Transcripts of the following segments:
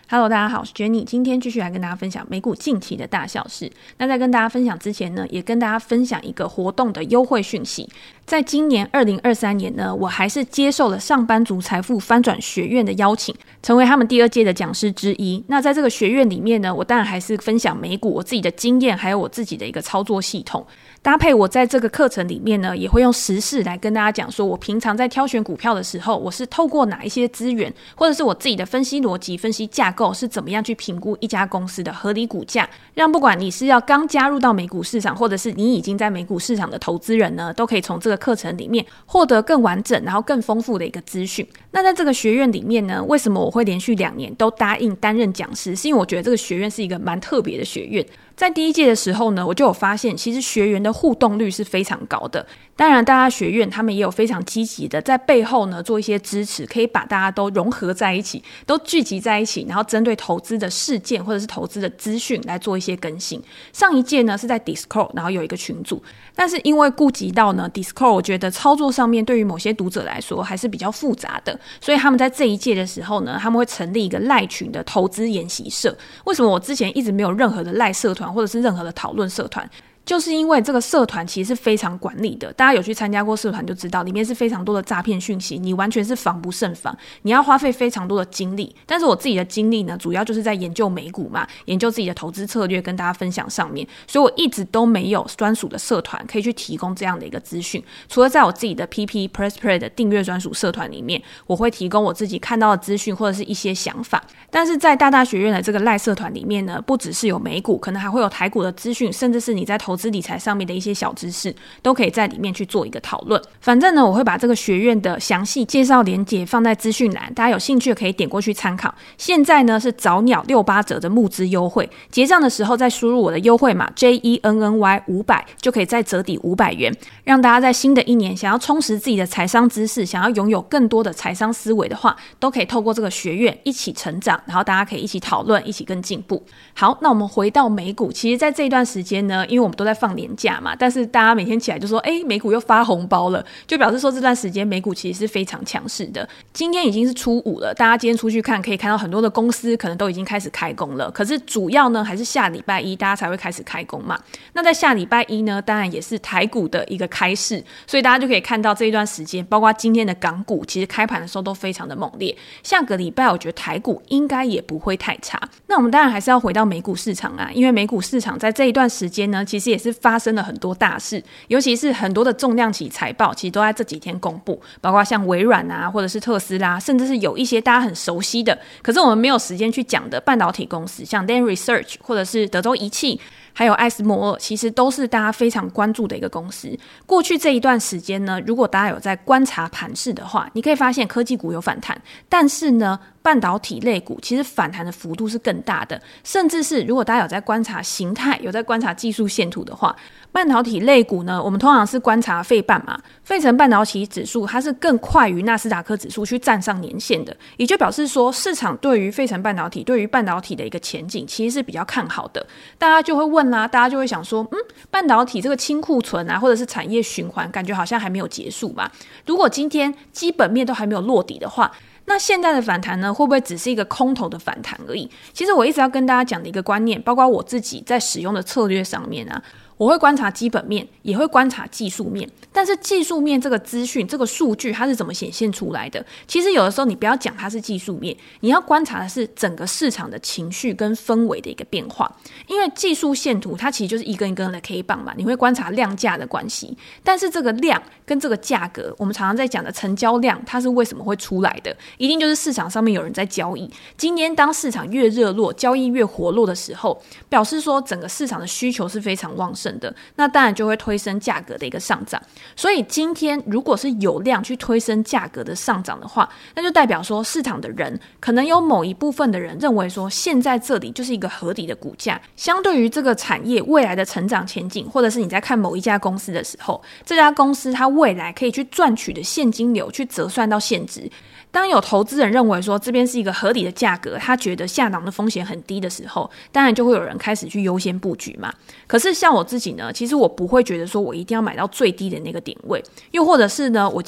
Hello， 大家好，我是 Jenny， 今天继续来跟大家分享美股近期的大小事。那在跟大家分享之前呢，也跟大家分享一个活动的优惠讯息。在今年2023年呢，我还是接受了上班族财富翻转学院的邀请，成为他们第2届的讲师之一。那在这个学院里面呢，我当然还是分享美股我自己的经验，还有我自己的一个操作系统。搭配我在这个课程里面呢，也会用时事来跟大家讲说，我平常在挑选股票的时候，我是透过哪一些资源，或者是我自己的分析逻辑、分析架构是怎么样去评估一家公司的合理股价，让不管你是要刚加入到美股市场，或者是你已经在美股市场的投资人呢，都可以从这个课程里面获得更完整然后更丰富的一个资讯。那在这个学院里面呢，为什么我会连续2年都答应担任讲师，是因为我觉得这个学院是一个蛮特别的学院。在第1届的时候呢，我就有发现其实学员的互动率是非常高的。当然大家学院他们也有非常积极的在背后呢做一些支持，可以把大家都融合在一起，都聚集在一起，然后针对投资的事件或者是投资的资讯来做一些更新。上一届呢是在 Discord 然后有一个群组，但是因为顾及到呢 Discord 我觉得操作上面对于某些读者来说还是比较复杂的，所以他们在这一届的时候呢，他们会成立一个赖群的投资研习社。为什么我之前一直没有任何的赖社团或者是任何的讨论社团，就是因为这个社团其实是非常管理的，大家有去参加过社团就知道，里面是非常多的诈骗讯息，你完全是防不胜防，你要花费非常多的精力。但是我自己的精力呢，主要就是在研究美股嘛，研究自己的投资策略跟大家分享上面，所以我一直都没有专属的社团可以去提供这样的一个资讯。除了在我自己的 PP Press Play 的订阅专属社团里面，我会提供我自己看到的资讯或者是一些想法，但是在大学院的这个赖社团里面呢，不只是有美股，可能还会有台股的资讯，甚至是你在投资理财上面的一些小知识，都可以在里面去做一个讨论。反正呢，我会把这个学院的详细介绍连结放在资讯栏，大家有兴趣可以点过去参考。现在呢是早鸟68折的募资优惠，结账的时候再输入我的优惠码 JENNY500 就可以再折抵500元，让大家在新的一年想要充实自己的财商知识，想要拥有更多的财商思维的话，都可以透过这个学院一起成长，然后大家可以一起讨论，一起更进步。好，那我们回到美股，其实在这一段时间呢，因为我们都在放年假嘛，但是大家每天起来就说美股又发红包了，就表示说这段时间美股其实是非常强势的。今天已经是初5了，大家今天出去看可以看到很多的公司可能都已经开始开工了，可是主要呢还是下礼拜一大家才会开始开工嘛。那在下礼拜一呢，当然也是台股的一个开市，所以大家就可以看到这一段时间包括今天的港股其实开盘的时候都非常的猛烈，下个礼拜我觉得台股应该也不会太差。那我们当然还是要回到美股市场啊，因为美股市场在这一段时间呢，其实也是发生了很多大事，尤其是很多的重量级财报其实都在这几天公布，包括像微软啊，或者是特斯拉，甚至是有一些大家很熟悉的可是我们没有时间去讲的半导体公司，像 Lam Research 或者是德州仪器还有艾斯摩尔，其实都是大家非常关注的一个公司。过去这一段时间呢，如果大家有在观察盘势的话，你可以发现科技股有反弹，但是呢半导体类股其实反弹的幅度是更大的，甚至是如果大家有在观察形态，有在观察技术线图的话，半导体类股呢，我们通常是观察费半嘛，费城半导体指数它是更快于纳斯达克指数去站上年线的，也就表示说市场对于费城半导体，对于半导体的一个前景其实是比较看好的。大家就会问啦，大家就会想说半导体这个清库存啊，或者是产业循环感觉好像还没有结束嘛，如果今天基本面都还没有落底的话，那现在的反弹呢，会不会只是一个空头的反弹而已？其实我一直要跟大家讲的一个观念，包括我自己在使用的策略上面啊，我会观察基本面，也会观察技术面，但是技术面这个资讯，这个数据它是怎么显现出来的？其实有的时候你不要讲它是技术面，你要观察的是整个市场的情绪跟氛围的一个变化。因为技术线图它其实就是一根一根的 K 棒嘛，你会观察量价的关系，但是这个量跟这个价格，我们常常在讲的成交量，它是为什么会出来的？一定就是市场上面有人在交易。今天当市场越热络，交易越活络的时候，表示说整个市场的需求是非常旺盛的，那当然就会推升价格的一个上涨。所以今天如果是有量去推升价格的上涨的话，那就代表说市场的人可能有某一部分的人认为说现在这里就是一个合理的股价，相对于这个产业未来的成长前景，或者是你在看某一家公司的时候，这家公司它未来可以去赚取的现金流去折算到现值，当有投资人认为说这边是一个合理的价格，他觉得下档的风险很低的时候，当然就会有人开始去优先布局嘛。可是像我自己呢，其实我不会觉得说我一定要买到最低的那个点位，又或者是呢，我今天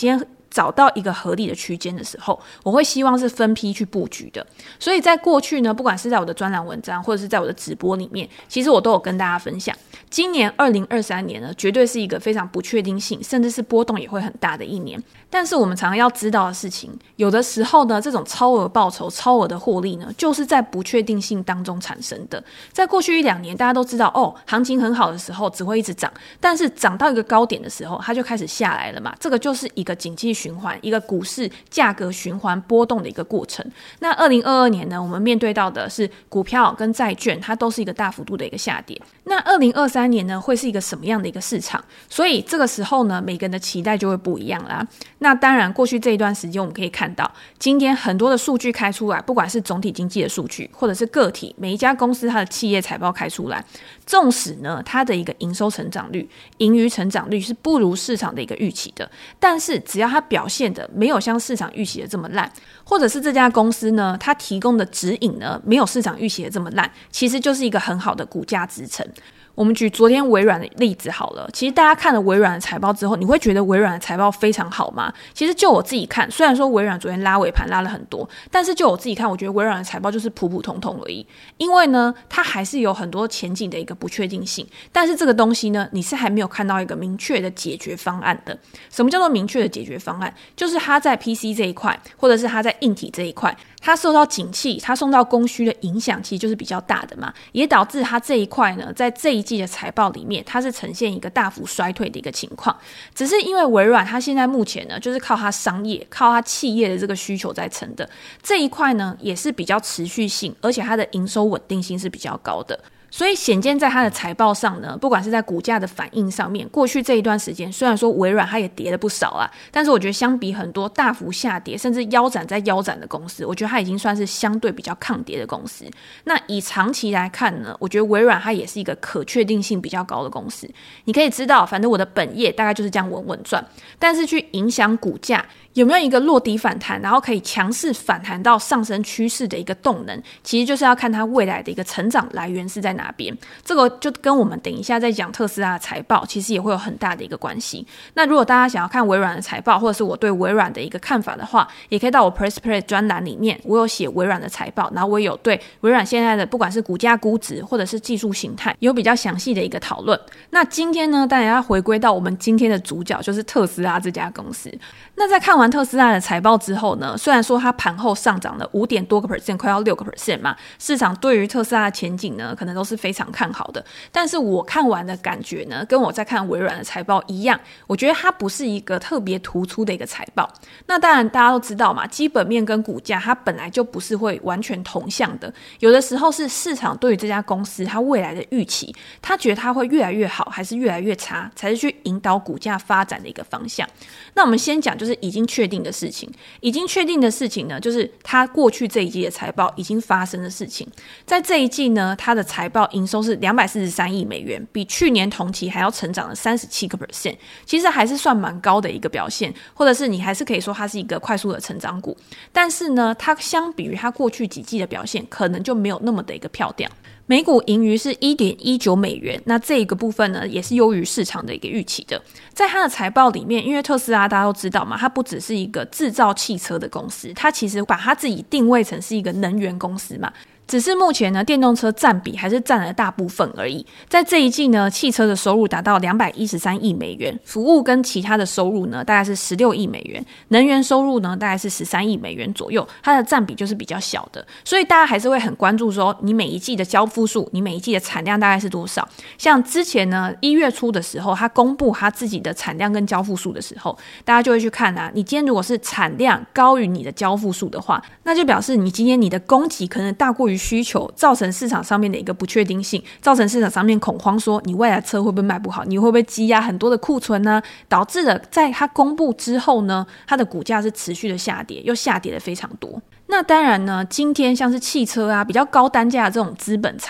找到一个合理的区间的时候，我会希望是分批去布局的。所以在过去呢，不管是在我的专栏文章或者是在我的直播里面，其实我都有跟大家分享，今年2023年呢，绝对是一个非常不确定性，甚至是波动也会很大的一年。但是我们常常要知道的事情，有的时候呢，这种超额报酬、超额的获利呢，就是在不确定性当中产生的。在过去1-2年，大家都知道行情很好的时候只会一直涨，但是涨到一个高点的时候，它就开始下来了嘛。这个就是一个景气循环，一个股市价格循环波动的一个过程。那2022年呢，我们面对到的是股票跟债券，它都是一个大幅度的一个下跌。那2023年呢，会是一个什么样的一个市场？所以这个时候呢，每个人的期待就会不一样啦。那当然，过去这一段时间我们可以看到，今天很多的数据开出来，不管是总体经济的数据，或者是个体每一家公司它的企业财报开出来，纵使呢它的一个营收成长率、盈余成长率是不如市场的一个预期的，但是只要它表现的没有像市场预期的这么烂，或者是这家公司呢它提供的指引呢没有市场预期的这么烂，其实就是一个很好的股价支撑。我们举昨天微软的例子好了，其实大家看了微软的财报之后，你会觉得微软的财报非常好吗？其实就我自己看，虽然说微软昨天拉尾盘拉了很多，但是就我自己看，我觉得微软的财报就是普普通通而已。因为呢，它还是有很多前景的一个不确定性，但是这个东西呢，你是还没有看到一个明确的解决方案的。什么叫做明确的解决方案？就是它在 PC 这一块，或者是它在硬体这一块，它受到景气、它受到供需的影响，其实就是比较大的嘛，也导致它这一块呢，在这一季的财报里面，它是呈现一个大幅衰退的一个情况。只是因为微软它现在目前呢，就是靠它商业、靠它企业的这个需求在撑的这一块呢，也是比较持续性，而且它的营收稳定性是比较高的。所以显见在它的财报上呢，不管是在股价的反应上面，过去这一段时间虽然说微软它也跌了不少啦，但是我觉得相比很多大幅下跌甚至腰斩再腰斩的公司，我觉得它已经算是相对比较抗跌的公司。那以长期来看呢，我觉得微软它也是一个可确定性比较高的公司。你可以知道，反正我的本业大概就是这样稳稳赚，但是去影响股价有没有一个落底反弹，然后可以强势反弹到上升趋势的一个动能，其实就是要看它未来的一个成长来源是在哪边。这个就跟我们等一下再讲特斯拉的财报其实也会有很大的一个关系。那如果大家想要看微软的财报，或者是我对微软的一个看法的话，也可以到我 Press Play 专栏里面，我有写微软的财报，然后我也有对微软现在的不管是股价估值或者是技术形态有比较详细的一个讨论。那今天呢，当然要回归到我们今天的主角，就是特斯拉这家公司。那在看完特斯拉的财报之后呢，虽然说它盘后上涨了5点多个 percent， 快要6% 嘛，市场对于特斯拉的前景呢，可能都是非常看好的。但是我看完的感觉呢，跟我在看微软的财报一样，我觉得它不是一个特别突出的一个财报。那当然大家都知道嘛，基本面跟股价它本来就不是会完全同向的，有的时候是市场对于这家公司它未来的预期，它觉得它会越来越好还是越来越差，才是去引导股价发展的一个方向。那我们先讲就是已经确定的事情，已经确定的事情呢，就是它过去这一季的财报已经发生的事情。在这一季呢，它的财报营收是243亿美元，比去年同期还要成长了37%，其实还是算蛮高的一个表现，或者是你还是可以说它是一个快速的成长股。但是呢，它相比于它过去几季的表现，可能就没有那么的一个漂亮。每股盈余是 1.19 美元，那这个部分呢也是优于市场的一个预期的。在它的财报里面，因为特斯拉大家都知道嘛，它不只是一个制造汽车的公司，它其实把它自己定位成是一个能源公司嘛。只是目前呢，电动车占比还是占了大部分而已。在这一季呢，汽车的收入达到213亿美元，服务跟其他的收入呢，大概是16亿美元，能源收入呢，大概是13亿美元左右，它的占比就是比较小的。所以大家还是会很关注说，你每一季的交付数，你每一季的产量大概是多少？像之前呢，1月初的时候，他公布他自己的产量跟交付数的时候，大家就会去看啊，你今天如果是产量高于你的交付数的话，那就表示你今天你的供给可能大过于需求，造成市场上面的一个不确定性，造成市场上面恐慌，说你未来车会不会卖不好，你会不会积压很多的库存呢？导致了在它公布之后呢，它的股价是持续的下跌，又下跌了非常多。那当然呢，今天像是汽车啊，比较高单价的这种资本财，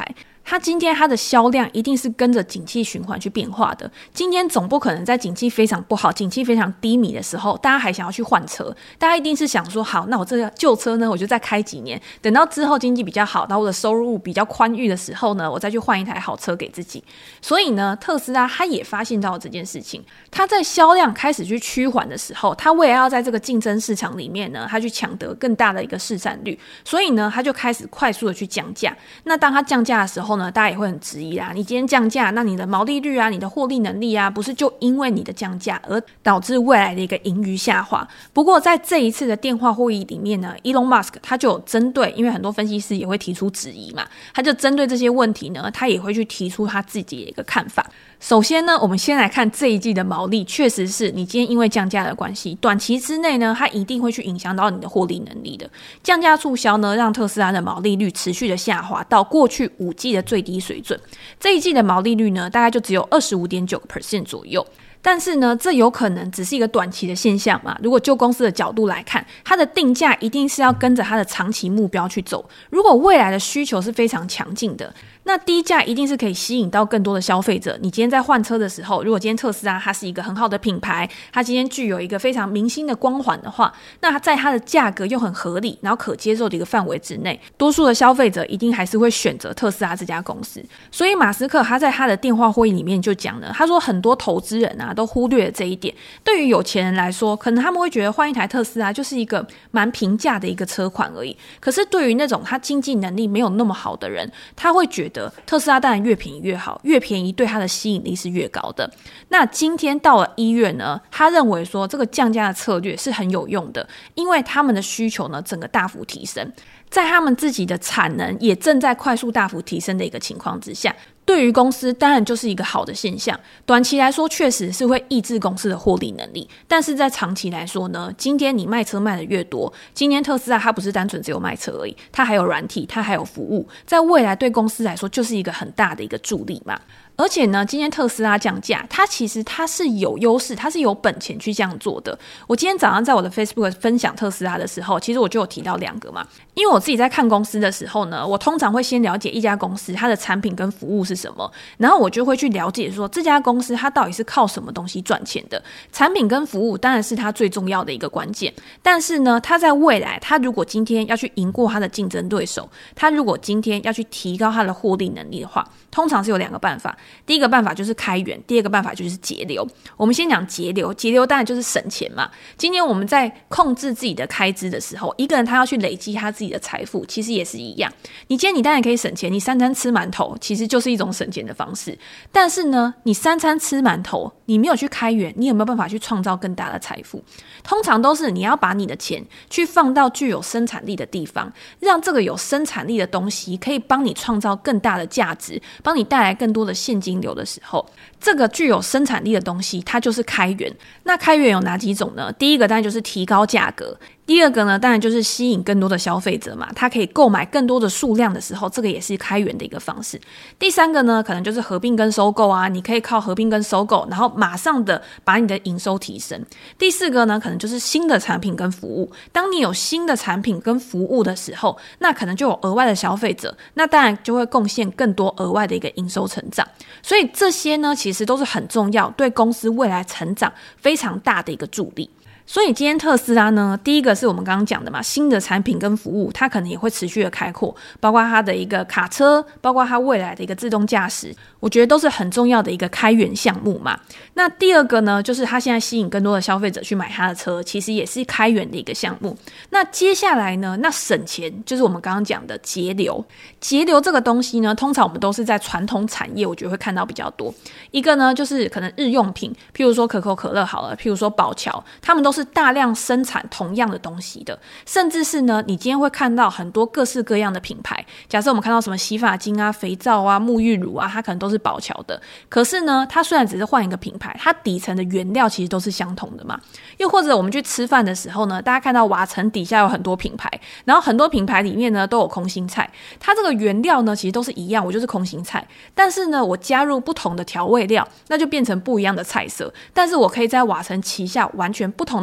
它今天它的销量一定是跟着景气循环去变化的。今天总不可能在景气非常不好、景气非常低迷的时候，大家还想要去换车，大家一定是想说，好，那我这个旧车呢，我就再开几年，等到之后经济比较好，然后我的收入比较宽裕的时候呢，我再去换一台好车给自己。所以呢，特斯拉它也发现到这件事情，它在销量开始去趋缓的时候，它为了要在这个竞争市场里面呢，它去抢得更大的一个市占率，所以呢，它就开始快速的去降价。那当它降价的时候呢，大家也会很质疑啦，你今天降价，那你的毛利率啊，你的获利能力啊，不是就因为你的降价而导致未来的一个盈余下滑？不过在这一次的电话会议里面呢 Elon Musk 他就有针对，因为很多分析师也会提出质疑嘛，他就针对这些问题呢，他也会去提出他自己的一个看法。首先呢，我们先来看这一季的毛利，确实是你今天因为降价的关系，短期之内呢，它一定会去影响到你的获利能力的。降价促销呢，让特斯拉的毛利率持续的下滑到过去5季的最低水准。这一季的毛利率呢，大概就只有 25.9% 左右。但是呢，这有可能只是一个短期的现象嘛。如果就公司的角度来看，它的定价一定是要跟着它的长期目标去走。如果未来的需求是非常强劲的，那低价一定是可以吸引到更多的消费者。你今天在换车的时候，如果今天特斯拉它是一个很好的品牌，它今天具有一个非常明星的光环的话，那在它的价格又很合理，然后可接受的一个范围之内，多数的消费者一定还是会选择特斯拉这家公司。所以马斯克他在他的电话会议里面就讲了，他说很多投资人啊都忽略了这一点。对于有钱人来说，可能他们会觉得换一台特斯拉就是一个蛮平价的一个车款而已。可是对于那种他经济能力没有那么好的人，他会觉得特斯拉当然越便宜越好，越便宜对他的吸引力是越高的。那今天到了1月呢，他认为说这个降价的策略是很有用的，因为他们的需求呢整个大幅提升，在他们自己的产能也正在快速大幅提升的一个情况之下，对于公司当然就是一个好的现象。短期来说确实是会抑制公司的获利能力，但是在长期来说呢，今天你卖车卖的越多，今天特斯拉它不是单纯只有卖车而已，它还有软体，它还有服务，在未来对公司来说就是一个很大的一个助力嘛。而且呢，今天特斯拉降价，它其实它是有优势，它是有本钱去这样做的。我今天早上在我的 Facebook 分享特斯拉的时候，其实我就有提到2个嘛。因为我自己在看公司的时候呢，我通常会先了解一家公司它的产品跟服务是什么，然后我就会去了解说这家公司它到底是靠什么东西赚钱的。产品跟服务当然是它最重要的一个关键，但是呢，它在未来，它如果今天要去赢过它的竞争对手，它如果今天要去提高它的获利能力的话，通常是有2个办法。第一个办法就是开源，第二个办法就是节流。我们先讲节流，节流当然就是省钱嘛。今天我们在控制自己的开支的时候，一个人他要去累积他自己的财富，其实也是一样。你今天你当然可以省钱，你3餐吃馒头其实就是一种省钱的方式。但是呢，你3餐吃馒头，你没有去开源，你有没有办法去创造更大的财富？通常都是你要把你的钱去放到具有生产力的地方，让这个有生产力的东西可以帮你创造更大的价值，帮你带来更多的现金流的时候，这个具有生产力的东西它就是开源。那开源有哪几种呢？第一个当然就是提高价格，第二个呢当然就是吸引更多的消费者嘛，他可以购买更多的数量的时候，这个也是开源的一个方式。第三个呢可能就是合并跟收购啊，你可以靠合并跟收购，然后马上的把你的营收提升。第四个呢可能就是新的产品跟服务，当你有新的产品跟服务的时候，那可能就有额外的消费者，那当然就会贡献更多额外的一个营收成长。所以这些呢其实都是很重要，对公司未来成长非常大的一个助力。所以今天特斯拉呢，第一个是我们刚刚讲的嘛，新的产品跟服务它可能也会持续的开阔，包括它的一个卡车，包括它未来的一个自动驾驶，我觉得都是很重要的一个开源项目嘛。那第二个呢，就是它现在吸引更多的消费者去买它的车，其实也是开源的一个项目。那接下来呢，那省钱就是我们刚刚讲的节流。节流这个东西呢，通常我们都是在传统产业我觉得会看到比较多。一个呢就是可能日用品，譬如说可口可乐好了，譬如说宝乔，他们都是大量生产同样的东西的，甚至是呢你今天会看到很多各式各样的品牌，假设我们看到什么洗发精啊、肥皂啊、沐浴乳啊，它可能都是宝乔的，可是呢它虽然只是换一个品牌，它底层的原料其实都是相同的嘛。又或者我们去吃饭的时候呢，大家看到瓦城底下有很多品牌，然后很多品牌里面呢都有空心菜，它这个原料呢其实都是一样，我就是空心菜，但是呢我加入不同的调味料，那就变成不一样的菜色，但是我可以在瓦城旗下完全不同的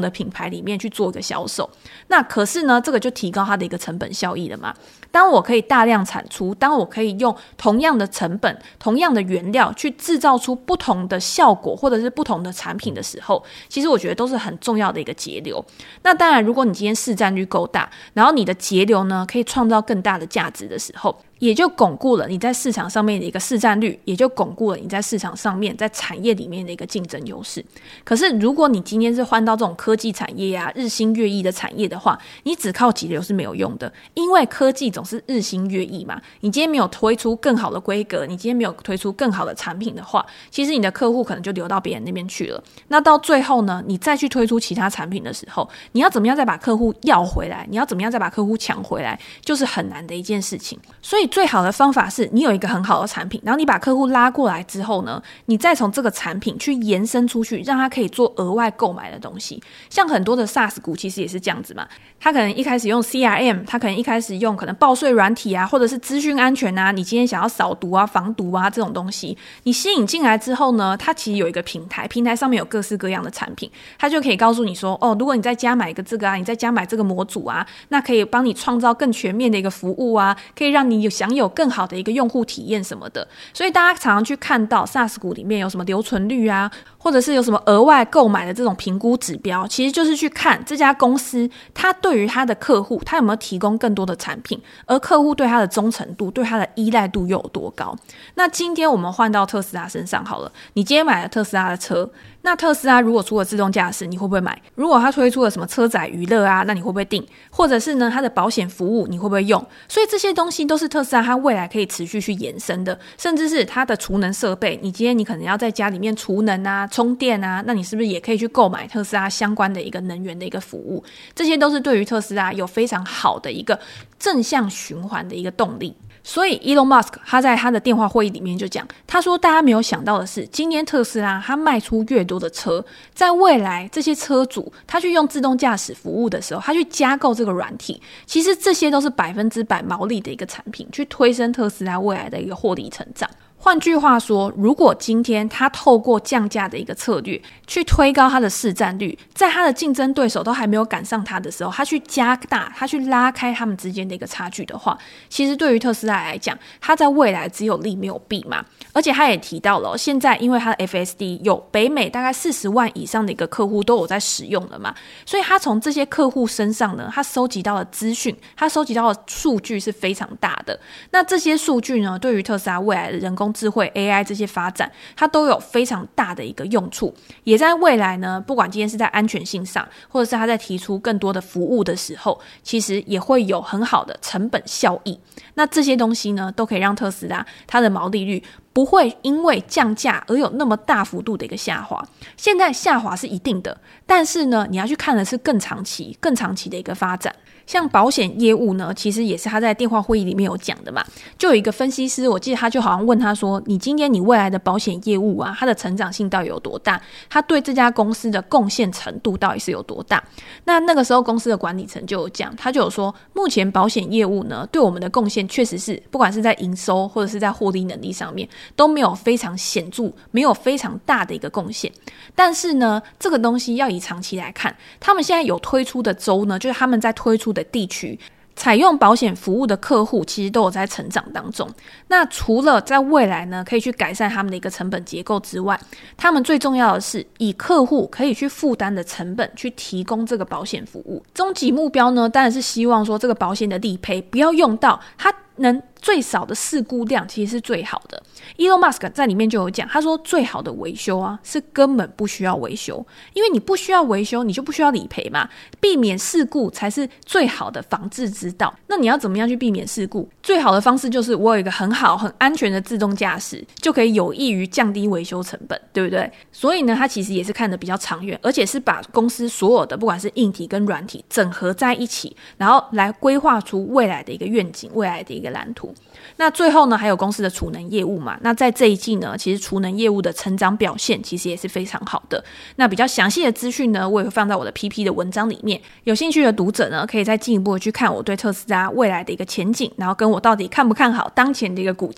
的品牌里面去做一个销售。那可是呢，这个就提高它的一个成本效益了嘛。当我可以大量产出，当我可以用同样的成本、同样的原料去制造出不同的效果或者是不同的产品的时候，其实我觉得都是很重要的一个节流。那当然，如果你今天市占率够大，然后你的节流呢可以创造更大的价值的时候，也就巩固了你在市场上面的一个市占率，也就巩固了你在市场上面在产业里面的一个竞争优势。可是如果你今天是换到这种科技产业啊、日新月异的产业的话，你只靠节流是没有用的，因为科技总是日新月异嘛。你今天没有推出更好的规格，你今天没有推出更好的产品的话，其实你的客户可能就流到别人那边去了。那到最后呢，你再去推出其他产品的时候，你要怎么样再把客户要回来，你要怎么样再把客户抢回来，就是很难的一件事情。所以最好的方法是你有一个很好的产品，然后你把客户拉过来之后呢，你再从这个产品去延伸出去，让他可以做额外购买的东西。像很多的 SaaS 股其实也是这样子嘛，他可能一开始用 CRM， 他可能一开始用可能报税软体啊，或者是资讯安全啊，你今天想要扫毒啊、防毒啊这种东西，你吸引进来之后呢，它其实有一个平台上面有各式各样的产品，它就可以告诉你说，哦，如果你再加买一个这个啊，你再加买这个模组啊，那可以帮你创造更全面的一个服务啊，可以让你享有更好的一个用户体验什么的。所以大家常常去看到 SaaS 股里面有什么留存率啊，或者是有什么额外购买的这种评估指标，其实就是去看这家公司它对于它的客户，它有没有提供更多的产品，而客户对它的忠诚度、对它的依赖度又有多高。那今天我们换到特斯拉身上好了，你今天买了特斯拉的车，那特斯拉如果出了自动驾驶，你会不会买？如果它推出了什么车载娱乐啊，那你会不会订？或者是呢，它的保险服务你会不会用？所以这些东西都是特斯拉它未来可以持续去延伸的，甚至是它的储能设备，你今天你可能要在家里面储能啊、充电啊，那你是不是也可以去购买特斯拉相关的一个能源的一个服务？这些都是对于特斯拉有非常好的一个正向循环的一个动力。所以 Elon Musk 他在他的电话会议里面就讲，他说大家没有想到的是，今天特斯拉他卖出越多的车，在未来这些车主他去用自动驾驶服务的时候，他去加购这个软体，其实这些都是100%毛利的一个产品，去推升特斯拉未来的一个获利成长。换句话说，如果今天他透过降价的一个策略去推高他的市占率，在他的竞争对手都还没有赶上他的时候，他去加大，他去拉开他们之间的一个差距的话，其实对于特斯拉来讲，他在未来只有利没有弊嘛。而且他也提到了，现在因为他的 FSD 有北美大概40万以上的一个客户都有在使用了嘛，所以他从这些客户身上呢，他收集到的资讯，他收集到的数据是非常大的。那这些数据呢，对于特斯拉未来的人工智慧 AI 这些发展，它都有非常大的一个用处，也在未来呢，不管今天是在安全性上，或者是他在提出更多的服务的时候，其实也会有很好的成本效益。那这些东西呢，都可以让特斯拉它的毛利率不会因为降价而有那么大幅度的一个下滑。现在下滑是一定的，但是呢，你要去看的是更长期的一个发展。像保险业务呢，其实也是他在电话会议里面有讲的嘛，就有一个分析师，我记得他就好像问他说，你今天你未来的保险业务啊，它的成长性到底有多大，它对这家公司的贡献程度到底是有多大。那个时候公司的管理层就有讲，他就有说，目前保险业务呢对我们的贡献确实是不管是在营收或者是在获利能力上面都没有非常显著，没有非常大的一个贡献。但是呢，这个东西要以长期来看，他们现在有推出的州呢，就是他们在推出的地区采用保险服务的客户其实都有在成长当中。那除了在未来呢可以去改善他们的一个成本结构之外，他们最重要的是以客户可以去负担的成本去提供这个保险服务。终极目标呢，当然是希望说这个保险的理赔不要用到它能最少的事故量，其实是最好的。Elon Musk 在里面就有讲，他说最好的维修啊是根本不需要维修，因为你不需要维修你就不需要理赔嘛，避免事故才是最好的防治之道。那你要怎么样去避免事故？最好的方式就是我有一个很好很安全的自动驾驶，就可以有益于降低维修成本，对不对？所以呢，他其实也是看得比较长远，而且是把公司所有的不管是硬体跟软体整合在一起，然后来规划出未来的一个愿景，未来的一个蓝图。那最后呢，还有公司的储能业务嘛，那在这一季呢，其实储能业务的成长表现其实也是非常好的。那比较详细的资讯呢，我也会放在我的 PP 的文章里面，有兴趣的读者呢，可以再进一步的去看我对特斯拉未来的一个前景，然后跟我到底看不看好当前的一个股价。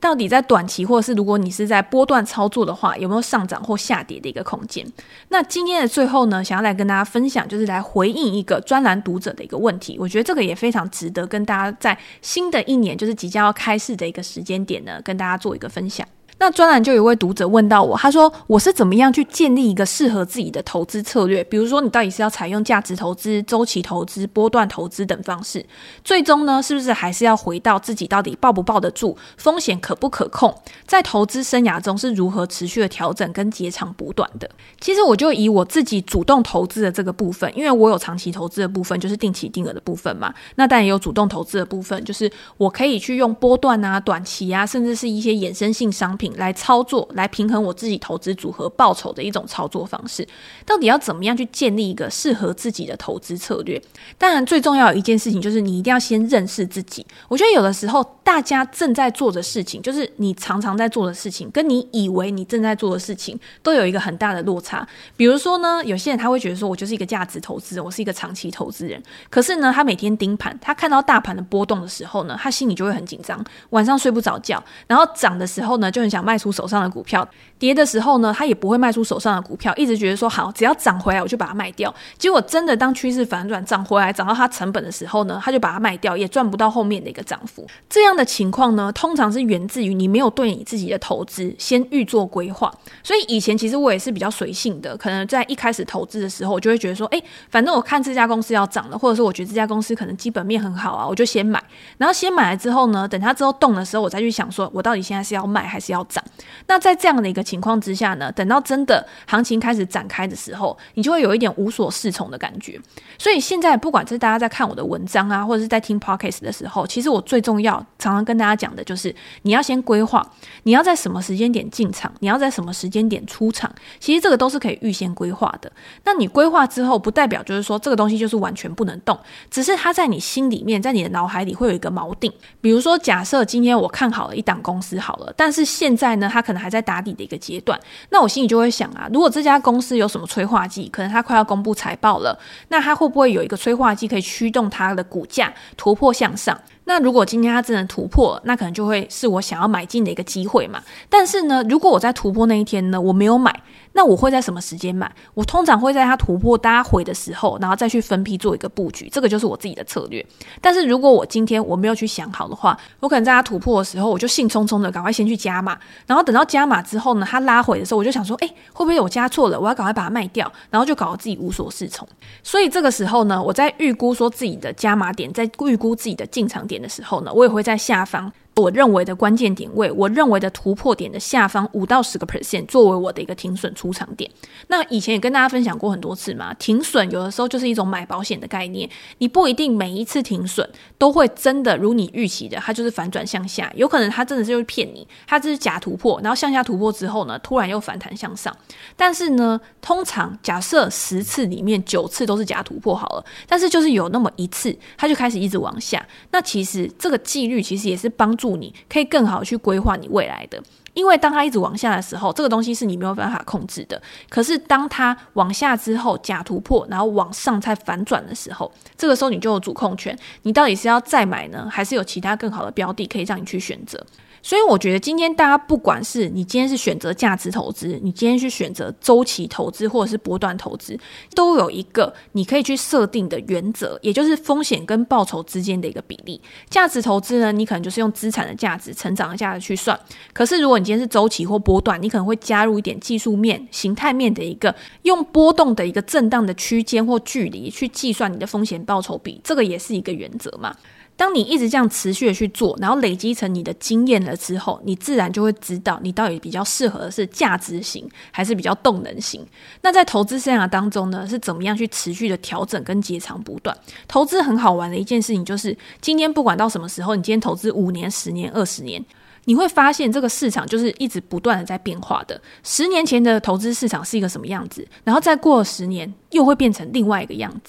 到底在短期或者是如果你是在波段操作的话，有没有上涨或下跌的一个空间。那今天的最后呢，想要来跟大家分享，就是来回应一个专栏读者的一个问题，我觉得这个也非常值得跟大家在新的一年，就是即将要开市的一个时间点呢，跟大家做一个分享。那专栏就有一位读者问到我，他说我是怎么样去建立一个适合自己的投资策略，比如说你到底是要采用价值投资、周期投资、波段投资等方式，最终呢是不是还是要回到自己到底抱不抱得住，风险可不可控，在投资生涯中是如何持续的调整跟截长补短的。其实我就以我自己主动投资的这个部分，因为我有长期投资的部分，就是定期定额的部分嘛，那当然也有主动投资的部分，就是我可以去用波段啊、短期啊，甚至是一些衍生性商品来操作，来平衡我自己投资组合报酬的一种操作方式。到底要怎么样去建立一个适合自己的投资策略？当然最重要的一件事情就是你一定要先认识自己。我觉得有的时候大家正在做的事情，就是你常常在做的事情，跟你以为你正在做的事情都有一个很大的落差。比如说呢，有些人他会觉得说我就是一个价值投资人，我是一个长期投资人，可是呢他每天盯盘，他看到大盘的波动的时候呢，他心里就会很紧张，晚上睡不着觉，然后涨的时候呢就很想卖出手上的股票，跌的时候呢他也不会卖出手上的股票，一直觉得说好，只要涨回来我就把它卖掉。结果真的当趋势反转，涨回来涨到他成本的时候呢，他就把它卖掉，也赚不到后面的一个涨幅。这样的情况呢，通常是源自于你没有对你自己的投资先预做规划。所以以前其实我也是比较随性的，可能在一开始投资的时候，我就会觉得说反正我看这家公司要涨了，或者是我觉得这家公司可能基本面很好啊，我就先买。然后先买了之后呢，等它之后动的时候，我再去想说我到底现在是要卖还是要涨。那在这样的一个情况之下呢，等到真的行情开始展开的时候，你就会有一点无所适从的感觉。所以现在不管是大家在看我的文章啊，或者是在听 podcast 的时候，其实我最重要常常跟大家讲的就是你要先规划，你要在什么时间点进场，你要在什么时间点出场，其实这个都是可以预先规划的。那你规划之后不代表就是说这个东西就是完全不能动，只是它在你心里面，在你的脑海里会有一个锚定。比如说假设今天我看好了一档公司好了，但是现在呢它可能还在打底的一个阶段，那我心里就会想啊，如果这家公司有什么催化剂，可能它快要公布财报了，那它会不会有一个催化剂可以驱动它的股价突破向上？那如果今天它真的突破了，那可能就会是我想要买进的一个机会嘛。但是呢，如果我在突破那一天呢，我没有买，那我会在什么时间买？我通常会在它突破拉回的时候，然后再去分批做一个布局，这个就是我自己的策略。但是如果我今天我没有去想好的话，我可能在它突破的时候，我就兴冲冲的赶快先去加码，然后等到加码之后呢，它拉回的时候，我就想说，会不会我加错了？我要赶快把它卖掉，然后就搞得自己无所适从。所以这个时候呢，我在预估说自己的加码点，在预估自己的进场点的时候呢，我也会在下方我认为的关键点位，我认为的突破点的下方5到10% 作为我的一个停损出场点。那以前也跟大家分享过很多次嘛，停损有的时候就是一种买保险的概念，你不一定每一次停损都会真的如你预期的，它就是反转向下，有可能它真的就是骗你，它只是假突破，然后向下突破之后呢，突然又反弹向上。但是呢，通常假设10次里面9次都是假突破好了，但是就是有那么1次它就开始一直往下，那其实这个纪律其实也是帮助你可以更好的去规划你未来的。因为当它一直往下的时候，这个东西是你没有办法控制的，可是当它往下之后假突破，然后往上再反转的时候，这个时候你就有主控权，你到底是要再买呢，还是有其他更好的标的可以让你去选择。所以我觉得今天大家不管是你今天是选择价值投资，你今天去选择周期投资或者是波段投资，都有一个你可以去设定的原则，也就是风险跟报酬之间的一个比例。价值投资呢，你可能就是用资产的价值、成长的价值去算，可是如果你今天是周期或波段，你可能会加入一点技术面、形态面的一个用波动的一个震荡的区间或距离去计算你的风险报酬比，这个也是一个原则嘛。当你一直这样持续的去做，然后累积成你的经验了之后，你自然就会知道你到底比较适合的是价值型还是比较动能型。那在投资生涯当中呢，是怎么样去持续的调整跟截长补短。投资很好玩的一件事情就是今天不管到什么时候，你今天投资5年、10年、20年，你会发现这个市场就是一直不断的在变化的。10年前的投资市场是一个什么样子，然后再过10年又会变成另外一个样子。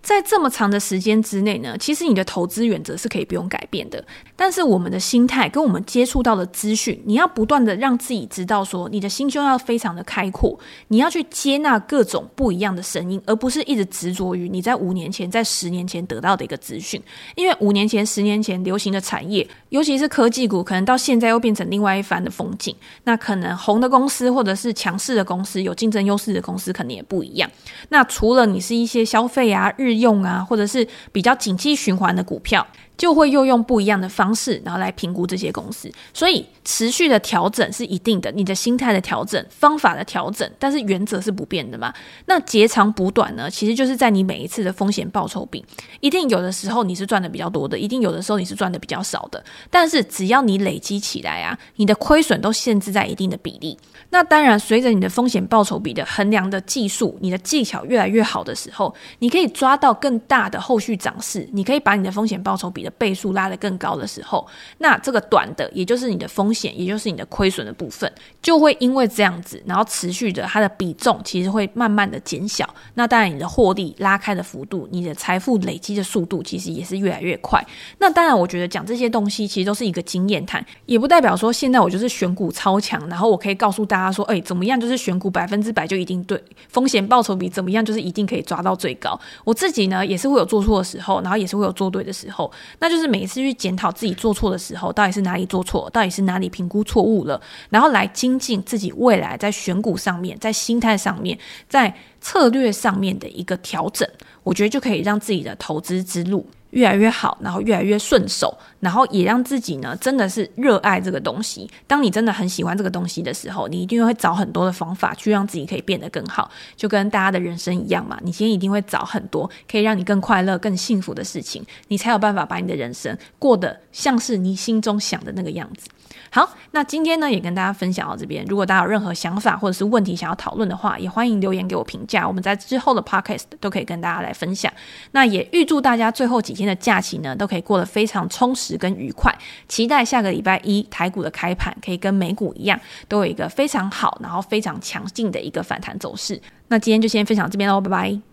在这么长的时间之内呢，其实你的投资原则是可以不用改变的，但是我们的心态跟我们接触到的资讯，你要不断的让自己知道说，你的心胸要非常的开阔，你要去接纳各种不一样的声音，而不是一直执着于你在5年前在10年前得到的一个资讯。因为5年前10年前流行的产业，尤其是科技股，可能到现在又变成另外一番的风景，那可能红的公司或者是强势的公司，有竞争优势的公司可能也不一样。那除了你是一些消费啊、日用啊，或者是比较景气循环的股票，就会又用不一样的方式然后来评估这些公司。所以持续的调整是一定的，你的心态的调整、方法的调整，但是原则是不变的嘛。那截长补短呢，其实就是在你每一次的风险报酬比，一定有的时候你是赚的比较多的，一定有的时候你是赚的比较少的，但是只要你累积起来啊，你的亏损都限制在一定的比例。那当然随着你的风险报酬比的衡量的技术，你的技巧越来越好的时候，你可以抓到更大的后续涨势，你可以把你的风险报酬比的倍数拉得更高的时候，那这个短的也就是你的风险，也就是你的亏损的部分，就会因为这样子然后持续的它的比重其实会慢慢的减小。那当然你的获利拉开的幅度，你的财富累积的速度其实也是越来越快。那当然我觉得讲这些东西其实都是一个经验谈，也不代表说现在我就是选股超强，然后我可以告诉大家说怎么样就是选股100%就一定对，风险报酬比怎么样就是一定可以抓到最高。我自己呢也是会有做错的时候，然后也是会有做对的时候，那就是每一次去检讨自己做错的时候到底是哪里做错，到底是哪里评估错误了，然后来精进自己未来在选股上面，在心态上面，在策略上面的一个调整，我觉得就可以让自己的投资之路越来越好，然后越来越顺手，然后也让自己呢真的是热爱这个东西。当你真的很喜欢这个东西的时候，你一定会找很多的方法去让自己可以变得更好，就跟大家的人生一样嘛，你今天一定会找很多可以让你更快乐更幸福的事情，你才有办法把你的人生过得像是你心中想的那个样子。好，那今天呢也跟大家分享到这边，如果大家有任何想法或者是问题想要讨论的话，也欢迎留言给我评价，我们在之后的 podcast 都可以跟大家来分享。那也预祝大家最后几天的假期呢都可以过得非常充实跟愉快，期待下个礼拜一台股的开盘可以跟美股一样，都有一个非常好然后非常强劲的一个反弹走势。那今天就先分享这边咯，拜拜。